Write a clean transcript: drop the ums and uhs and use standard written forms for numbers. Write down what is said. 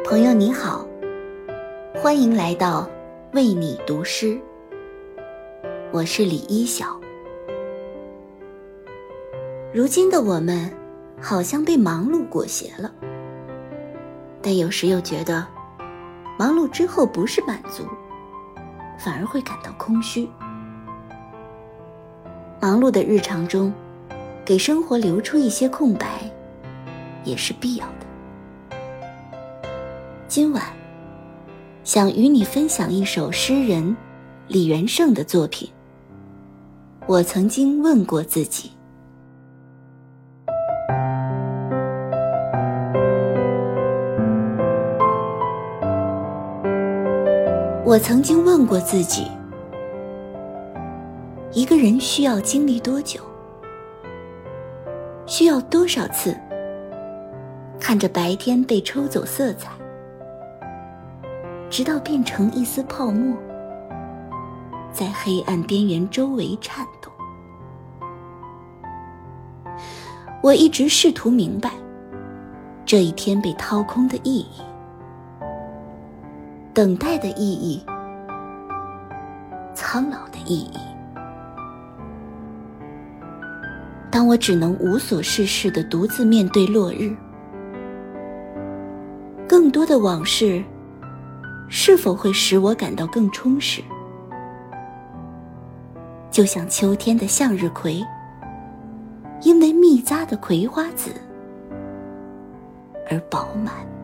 朋友你好，欢迎来到为你读诗，我是李一晓。如今的我们好像被忙碌裹挟了，但有时又觉得忙碌之后不是满足，反而会感到空虚。忙碌的日常中，给生活留出一些空白也是必要的。今晚想与你分享一首诗人李元胜的作品。我曾经问过自己。我曾经问过自己，一个人需要经历多久？需要多少次看着白天被抽走色彩，直到变成一丝泡沫，在黑暗边缘周围颤动。我一直试图明白这一天被掏空的意义，等待的意义，苍老的意义。当我只能无所事事地独自面对落日，更多的往事是否会使我感到更充实？就像秋天的向日葵，因为密匝的葵花籽而饱满。